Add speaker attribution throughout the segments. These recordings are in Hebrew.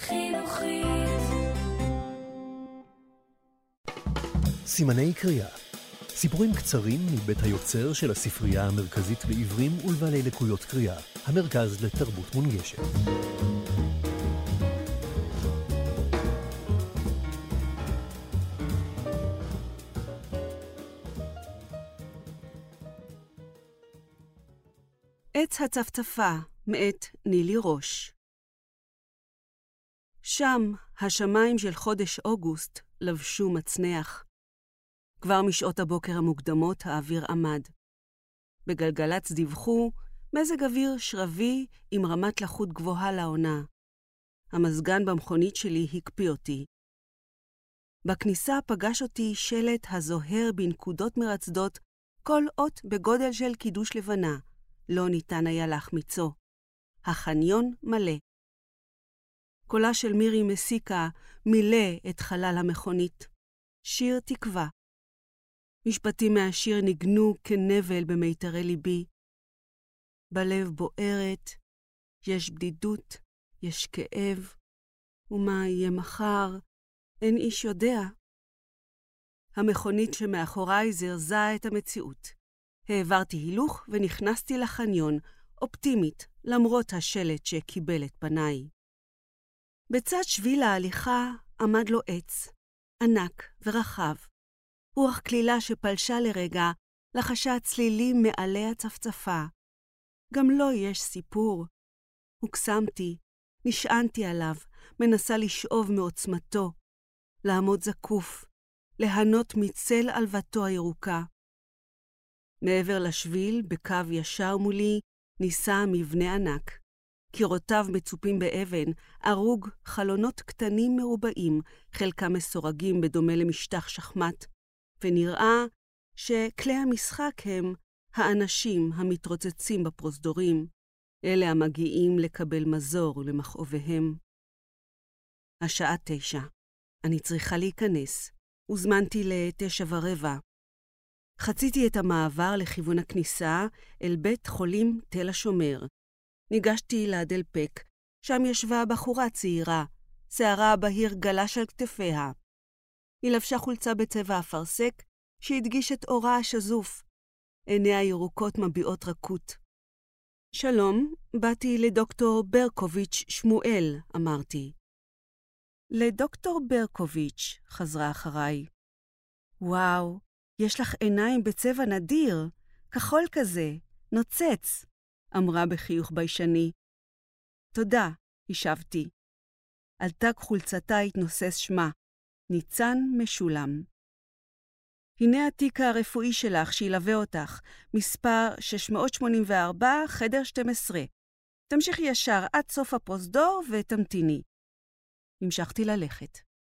Speaker 1: חינוכית.
Speaker 2: סימני קריאה, סיפורים קצרים מבית היוצר של הספרייה המרכזית לעיוורים ולבעלי לקויות קריאה, המרכז לתרבות מונגשת.
Speaker 3: עץ הצפצפה, מאת נילי ראש. שם השמיים של חודש אוגוסט לבשו מצנח. כבר משעות הבוקר המוקדמות האוויר עמד. בגלגלצ דיווחו מזג אוויר שרבי עם רמת לחות גבוהה לעונה. המזגן במכונית שלי הקפיא אותי. בכניסה פגש אותי שלט הזוהר בנקודות מרצדות, כל אות בגודל של קידוש לבנה. לא ניתן היה להחמיצו. החניון מלא. קולה של מירי מסיקה מילא את חלל המכונית. שיר תקווה. משפטים מהשיר ניגנו כנבל במיתרי ליבי. בלב בוערת, יש בדידות, יש כאב, ומה יהיה מחר, אין איש יודע. המכונית שמאחוריי זרזה את המציאות. העברתי הילוך ונכנסתי לחניון, אופטימית, למרות השלט שקיבל את פניי. בצד שביל ההליכה עמד לו עץ, ענק ורחב. רוח כלילה שפלשה לרגע, לחשה צלילים מעלי הצפצפה. גם לו יש סיפור. הוקסמתי, נשענתי עליו, מנסה לשאוב מעוצמתו, לעמוד זקוף, ליהנות מצל עלבתו הירוקה. מעבר לשביל, בקו ישר מולי, ניסה מבנה ענק. קירותיו מצופים באבן, ערוג חלונות קטנים מרובעים, חלקם מסורגים בדומה למשטח שחמט, ונראה שכלי המשחק הם האנשים המתרוצצים בפרוזדורים, אלה המגיעים לקבל מזור למכאוביהם. השעה 9. אני צריכה להיכנס. הוזמנתי ל9:15. חציתי את המעבר לכיוון הכניסה אל בית חולים תל השומר. ניגשתי לדלפק, שם ישבה בחורה צעירה, שערה בהיר גלש על כתפיה. היא לבשה חולצה בצבע אפרסק, שהדגיש את אורה השזוף. עיניה ירוקות מביעות רכות. שלום, באתי לדוקטור ברקוביץ' שמואל, אמרתי. לדוקטור ברקוביץ', חזרה אחריי. וואו, יש לך עיניים בצבע נדיר, כחול כזה, נוצץ, אמרה בחיוך ביישני. תודה, השבתי. על תג חולצתה התנוסס שמה, ניצן משולם. הנה התיק הרפואי שלך שילווה אותך, מספר 684, חדר 12. תמשיכי ישר עד סוף הפרוזדור ותמתיני. המשכתי ללכת.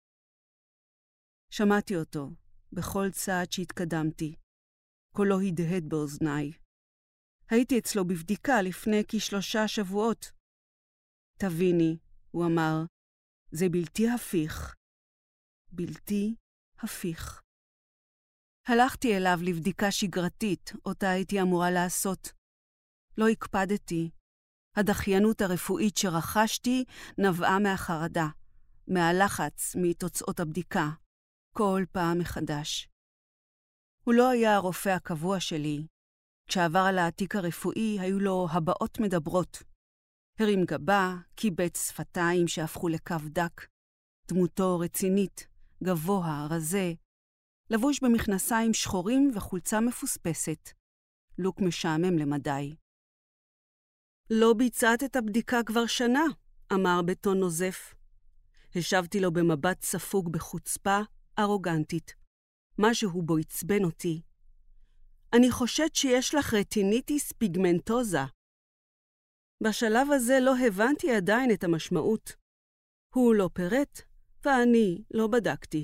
Speaker 3: שמעתי אותו, בכל צעד שהתקדמתי. קולו הדהד באוזניי. הייתי אצלו בבדיקה לפני כ3 שבועות. תביני, הוא אמר, זה בלתי הפיך. בלתי הפיך. הלכתי אליו לבדיקה שגרתית, אותה הייתי אמורה לעשות. לא הקפדתי. הדחיינות הרפואית שרכשתי נבעה מהחרדה, מהלחץ, מתוצאות הבדיקה. כל פעם מחדש. הוא לא היה הרופא הקבוע שלי. כשעבר על העתיק הרפואי, היו לו הבעות מדברות. הרים גבה, קיבץ שפתיים שהפכו לקו דק. דמותו רצינית, גבוה, רזה. לבוש במכנסיים שחורים וחולצה מפוספסת. לוק משעמם למדי. לא ביצעת את הבדיקה כבר שנה, אמר בטון נוזף. השבתי לו במבט ספוג בחוצפה ארוגנטית. משהו בו עצבן אותי. אני חושד שיש לך רטיניטיס פיגמנטוזה. בשלב הזה לא הבנתי עדיין את המשמעות. הוא לא פירט, ואני לא בדקתי.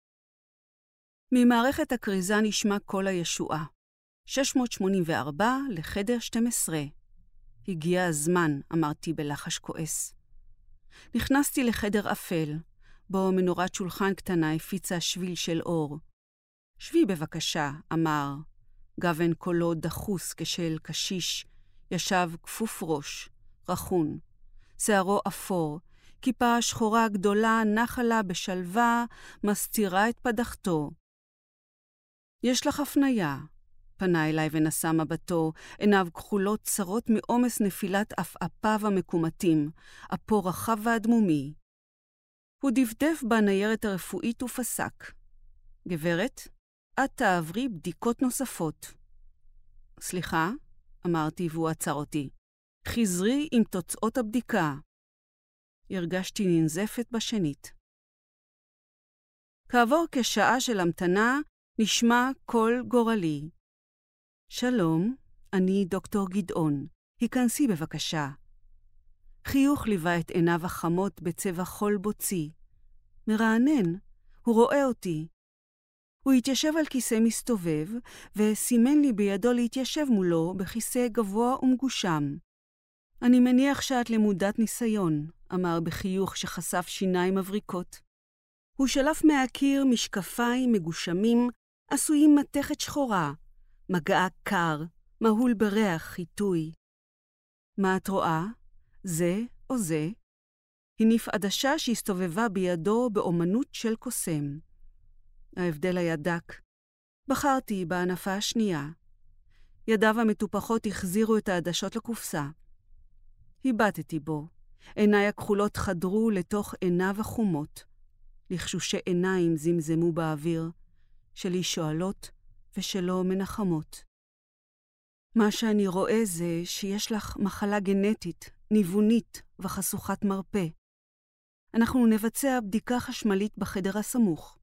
Speaker 3: ממערכת הקריזה נשמע קול הישועה. 684 לחדר 12. הגיע הזמן, אמרתי בלחש כועס. נכנסתי לחדר אפל, בו מנורת שולחן קטנה הפיצה שביל של אור. שבי בבקשה, אמר. גוון קולו דחוס כשל קשיש, ישב כפוף ראש, רחון. שערו אפור, כיפה שחורה גדולה נחה לה בשלווה, מסתירה את פדחתו. יש לך הפניה, פנה אליי ונשא מבטו, עיניו כחולות צרות מעומס נפילת עפעפיו המקומטים, אפו רחב ואדמומי. הוא דפדף בניירת הרפואית ופסק. גברת, את תעברי בדיקות נוספות. סליחה, אמרתי והוא עצר אותי. חזרי עם תוצאות הבדיקה. הרגשתי ננזפת בשנית. כעבור כשעה של המתנה, נשמע קול גורלי. שלום, אני דוקטור גדעון. היכנסי בבקשה. חיוך ליווה את עיניו החמות בצבע חול בוצי. מרענן, הוא רואה אותי. הוא התיישב על כיסא מסתובב, וסימן לי בידו להתיישב מולו בכיסא גבוה ומגושם. אני מניח שאת למודת ניסיון, אמר בחיוך שחשף שיניים מבריקות. הוא שלף מהקיר משקפיים מגושמים, עשויים מתכת שחורה, מגעה קר, מהול בריח חיטוי. מה את רואה? זה או זה? הניף עדשה שהסתובבה בידו באומנות של קוסם. ההבדל היה דק. בחרתי בענפה השנייה. ידיו המטופחות החזירו את העדשות לקופסה. היבטתי בו. עיניי הכחולות חדרו לתוך עיניו החומות. לחשושי עיניים זמזמו באוויר, שלי שואלות ושלו מנחמות. מה שאני רואה זה שיש לך מחלה גנטית, ניוונית וחשוכת מרפא. אנחנו נבצע בדיקה חשמלית בחדר הסמוך.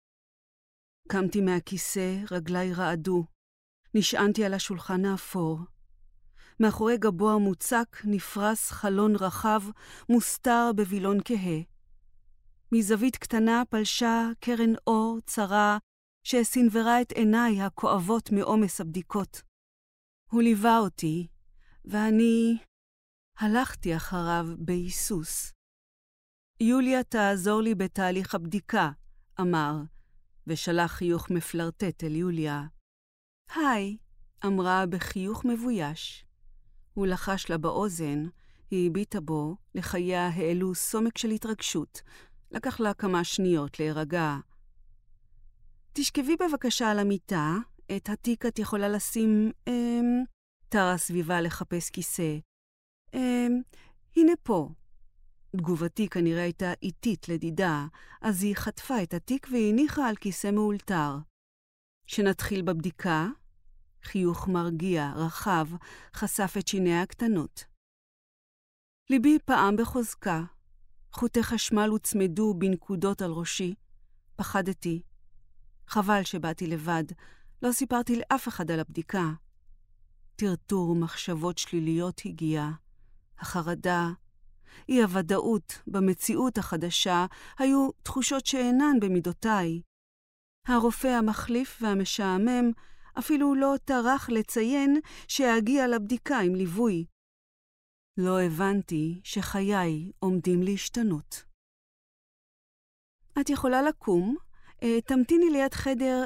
Speaker 3: קמתי מהכיסא, רגליי רעדו. נשענתי על השולחן האפור. מאחורי גבו המוצק נפרס חלון רחב, מוסתר בבילון כהה. מזווית קטנה פלשה קרן אור צרה, שהסינברה את עיניי הכואבות מעומס הבדיקות. הוא ליווה אותי, ואני הלכתי אחריו בהיסוס. יוליה תעזור לי בתהליך הבדיקה, אמר, ושלח חיוך מפלרטט אל יוליה. היי, אמרה בחיוך מבויש. הוא לחש לה באוזן, היא הביטה בו, לחייה העלו סומק של התרגשות. לקח לה כמה שניות להירגע. תשכבי בבקשה על המיטה, את התיק את יכולה לשים, תרה סביבה לחפש כיסא. הנה פה. תגובתי כנראה הייתה איטית לדידה, אז היא חטפה את התיק והניחה על כיסא מאולתר. שנתחיל בבדיקה, חיוך מרגיע, רחב, חשף את שיניה הקטנות. ליבי פעם בחוזקה. חוטי חשמל הוצמדו בנקודות על ראשי. פחדתי. חבל שבאתי לבד. לא סיפרתי לאף אחד על הבדיקה. טרטור מחשבות שליליות הגיע. החרדה, אי-הוודאות במציאות החדשה היו תחושות שאינן במידותיי. הרופא המחליף והמשעמם אפילו לא טרח לציין שאגיע לבדיקה עם ליווי. לא הבנתי שחיי עומדים להשתנות. את יכולה לקום? תמתיני ליד חדר...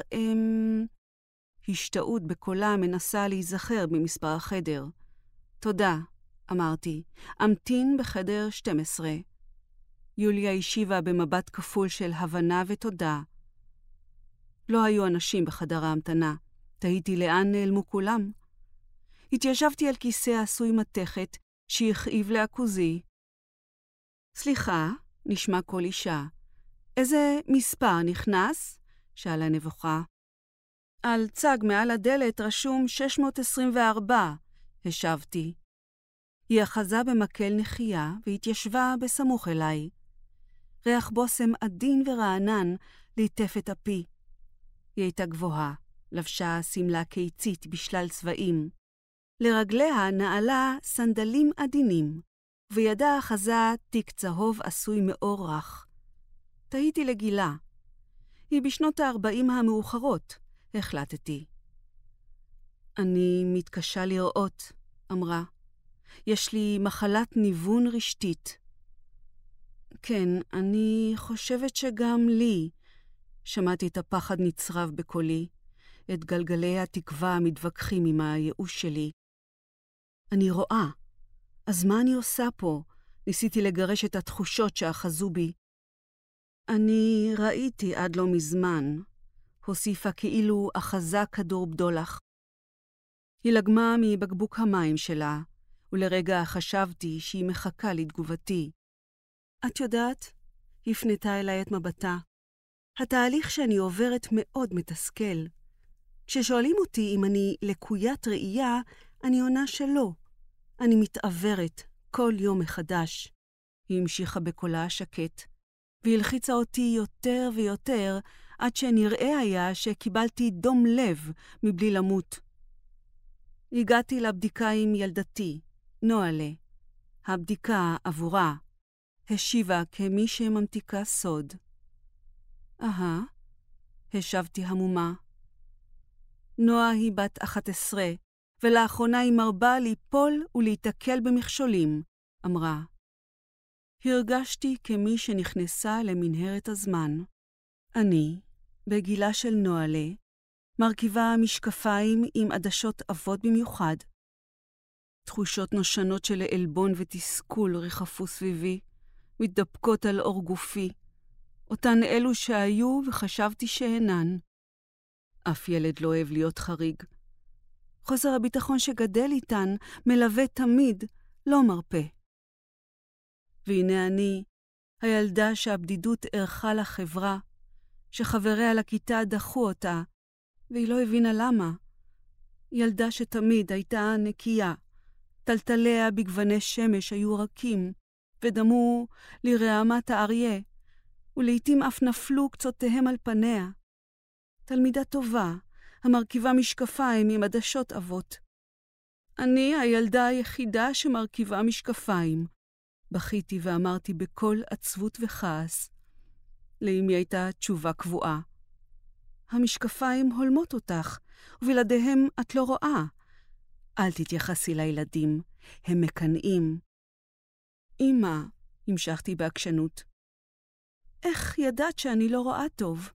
Speaker 3: השתאות בקולה מנסה להיזכר במספר החדר. תודה, אמרתי. אמתין בחדר 12. יוליה השיבה במבט כפול של הבנה ותודה. לא היו אנשים בחדר ההמתנה. תהיתי לאן נעלמו כולם. התיישבתי על כיסא עשוי מתכת שהכאיב לעכוזי. סליחה, נשמע כל אישה. איזה מספר נכנס? שאלה נבוכה. על צג מעל הדלת רשום 624, השבתי. היא אחזה במקל נחייה והתיישבה בסמוך אליי. ריח בוסם עדין ורענן ליטף את אפי. היא הייתה גבוהה, לבשה סמלה קיצית בשלל צבעים. לרגליה נעלה סנדלים עדינים, וידה אחזה תיק צהוב עשוי מאור רך. תהיתי לגילה. היא בשנות ה-40 המאוחרות, החלטתי. אני מתקשה לראות, אמרה. יש לי מחלת ניוון רשתית. כן, אני חושבת שגם לי. שמעתי את הפחד נצרב בקולי, את גלגלי התקווה המתווכחים עם הייאוש שלי. אני רואה. אז מה אני עושה פה? ניסיתי לגרש את התחושות שאחזו בי. אני ראיתי עד לא מזמן, הוסיפה כאילו אחזה כדור בדולח. היא לגמה מבקבוק המים שלה, ולרגע חשבתי שהיא מחכה לתגובתי. את יודעת, הפנתה אליי את מבטה. התהליך שאני עוברת מאוד מתסכל. כששואלים אותי אם אני לקוית ראייה, אני עונה שלא. אני מתעוורת כל יום מחדש. היא המשיכה בקולה השקט, והלחיצה אותי יותר ויותר, עד שנראה היה שקיבלתי דום לב מבלי למות. הגעתי לבדיקה עם ילדתי, נועלה. הבדיקה עבורה השיבה כמי שממתיקה סוד. השבתי המומה. נועה היא בת 11, ולאחרונה היא מרבה ליפול ולהתקל במכשולים, אמרה. הרגשתי כמי שנכנסה למנהרת הזמן. אני, בגילה של נועלה, מרכיבה משקפיים עם עדשות עבות במיוחד. תחושות נושנות של עלבון ותסכול ריחפו סביבי, מתדפקות על אור גופי, אותן אלו שהיו וחשבתי שהנן. אף ילד לא אוהב להיות חריג. חוסר הביטחון שגדל איתן מלווה תמיד, לא מרפא. והנה אני, הילדה שהבדידות ערכה לחברה, שחבריה לכיתה דחו אותה, והיא לא הבינה למה. ילדה שתמיד הייתה נקייה, טלטליה בגווני שמש היו רכים, ודמו לרעמת האריה, ולעיתים אף נפלו קצותיהם על פניה. תלמידה טובה, המרכיבה משקפיים עם עדשות אבות. אני הילדה היחידה שמרכיבה משקפיים. בכיתי ואמרתי בקול עצבות וכעס. לאמי הייתה תשובה קבועה. המשקפיים הולמות אותך, ובלעדיהם את לא רואה. אל תתייחסי לילדים, הם מקנאים. אמא, המשכתי בעקשנות. איך ידעת שאני לא רואה טוב?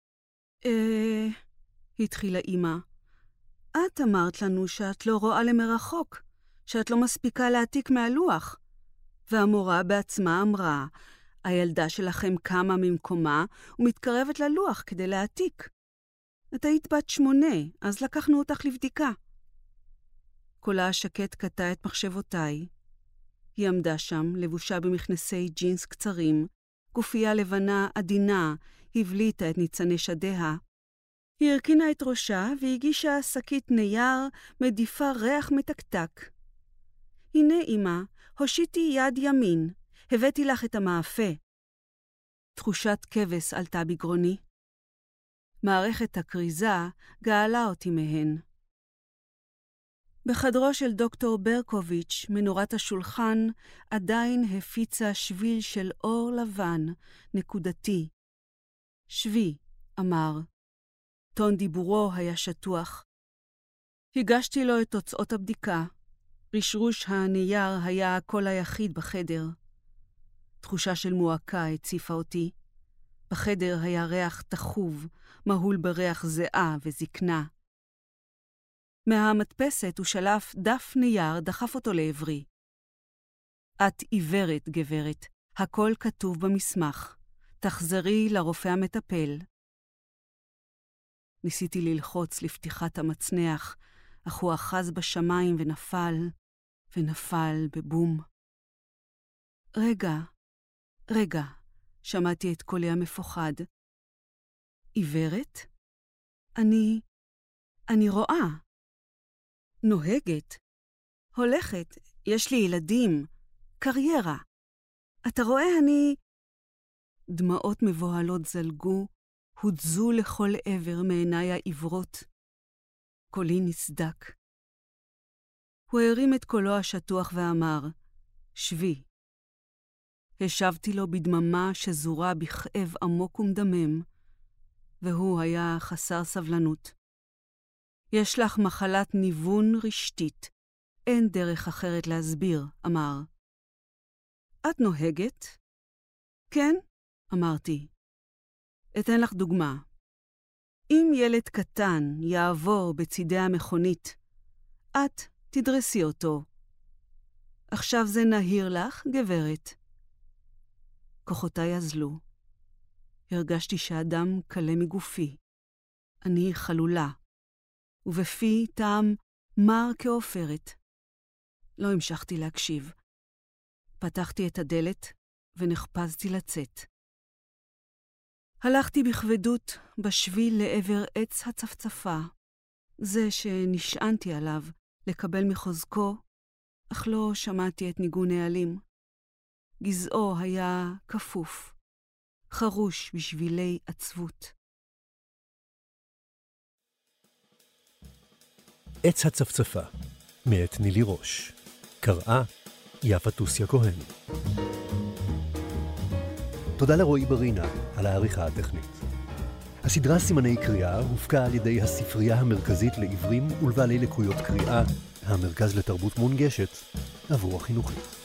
Speaker 3: התחילה אמא. את אמרת לנו שאת לא רואה למרחוק, שאת לא מספיקה להעתיק מהלוח. והמורה בעצמה אמרה, הילדה שלכם קמה ממקומה ומתקרבת ללוח כדי להעתיק. את היית בת 8, אז לקחנו אותך לבדיקה. קולה השקט קטע את מחשבותיי. היא עמדה שם, לבושה במכנסי ג'ינס קצרים, גופייה לבנה עדינה, הבליטה את ניצני שדיה. היא הרכינה את ראשה והגישה שקית נייר מדיפה ריח מתקתק. הנה אמא, הושיטי יד ימין, הבאתי לך את המאפה. תחושת כבש עלתה בגרוני. מערכת הכריזה גאלה אותי מהן. בחדרו של דוקטור ברקוביץ', מנורת השולחן עדיין הפיצה שביל של אור לבן, נקודתי. שבי, אמר. טון דיבורו היה שטוח. הגשתי לו את תוצאות הבדיקה. רשרוש הנייר היה הקול היחיד בחדר. תחושה של מועקה הציפה אותי. בחדר היה ריח תחוב, מהול בריח זיעה וזקנה. מהמדפסת הוא שלף דף נייר, דחף אותו לעברי. את עיוורת, גברת. הכל כתוב במסמך. תחזרי לרופא המטפל. ניסיתי ללחוץ לפתיחת המצנח, אך הוא אחז בשמיים ונפל בבום. רגע, שמעתי את קולי המפוחד. עיוורת? אני רואה. נוהגת. הולכת. יש לי ילדים. קריירה. אתה רואה, דמעות מבוהלות זלגו, הודזו לכל עבר מעיניי העברות. קולי נסדק. הוא הרים את קולו השטוח ואמר, שבי. השבתי לו בדממה שזורה בכאב עמוק ומדמם, והוא היה חסר סבלנות. יש לך מחלת ניוון רשתית. אין דרך אחרת להסביר, אמר. את נוהגת? כן, אמרתי. אתן לך דוגמה. אם ילד קטן יעבור בצידי המכונית, את תדרסי אותו. עכשיו זה נהיר לך, גברת. כוחותיי אזלו. הרגשתי שהאדם קלה מגופי. אני חלולה, ובפי טעם מר כעופרת. לא המשכתי להקשיב. פתחתי את הדלת ונחפזתי לצאת. הלכתי בכבדות בשביל לעבר עץ הצפצפה, זה שנשענתי עליו לקבל מחוזקו, אך לא שמעתי את ניגון העלים. גזעו היה כפוף, חרוש בשבילי עצבות.
Speaker 2: עץ הצפצפה, מאת נילי ראש. קראה יפה תוסיה כהן. תודה לרועי ברינה על העריכה הטכנית. הסדרה סימני קריאה הופקה על ידי הספרייה המרכזית לעיוורים ולבעלי לקויות קריאה, המרכז לתרבות מונגשת עבור החינוכית.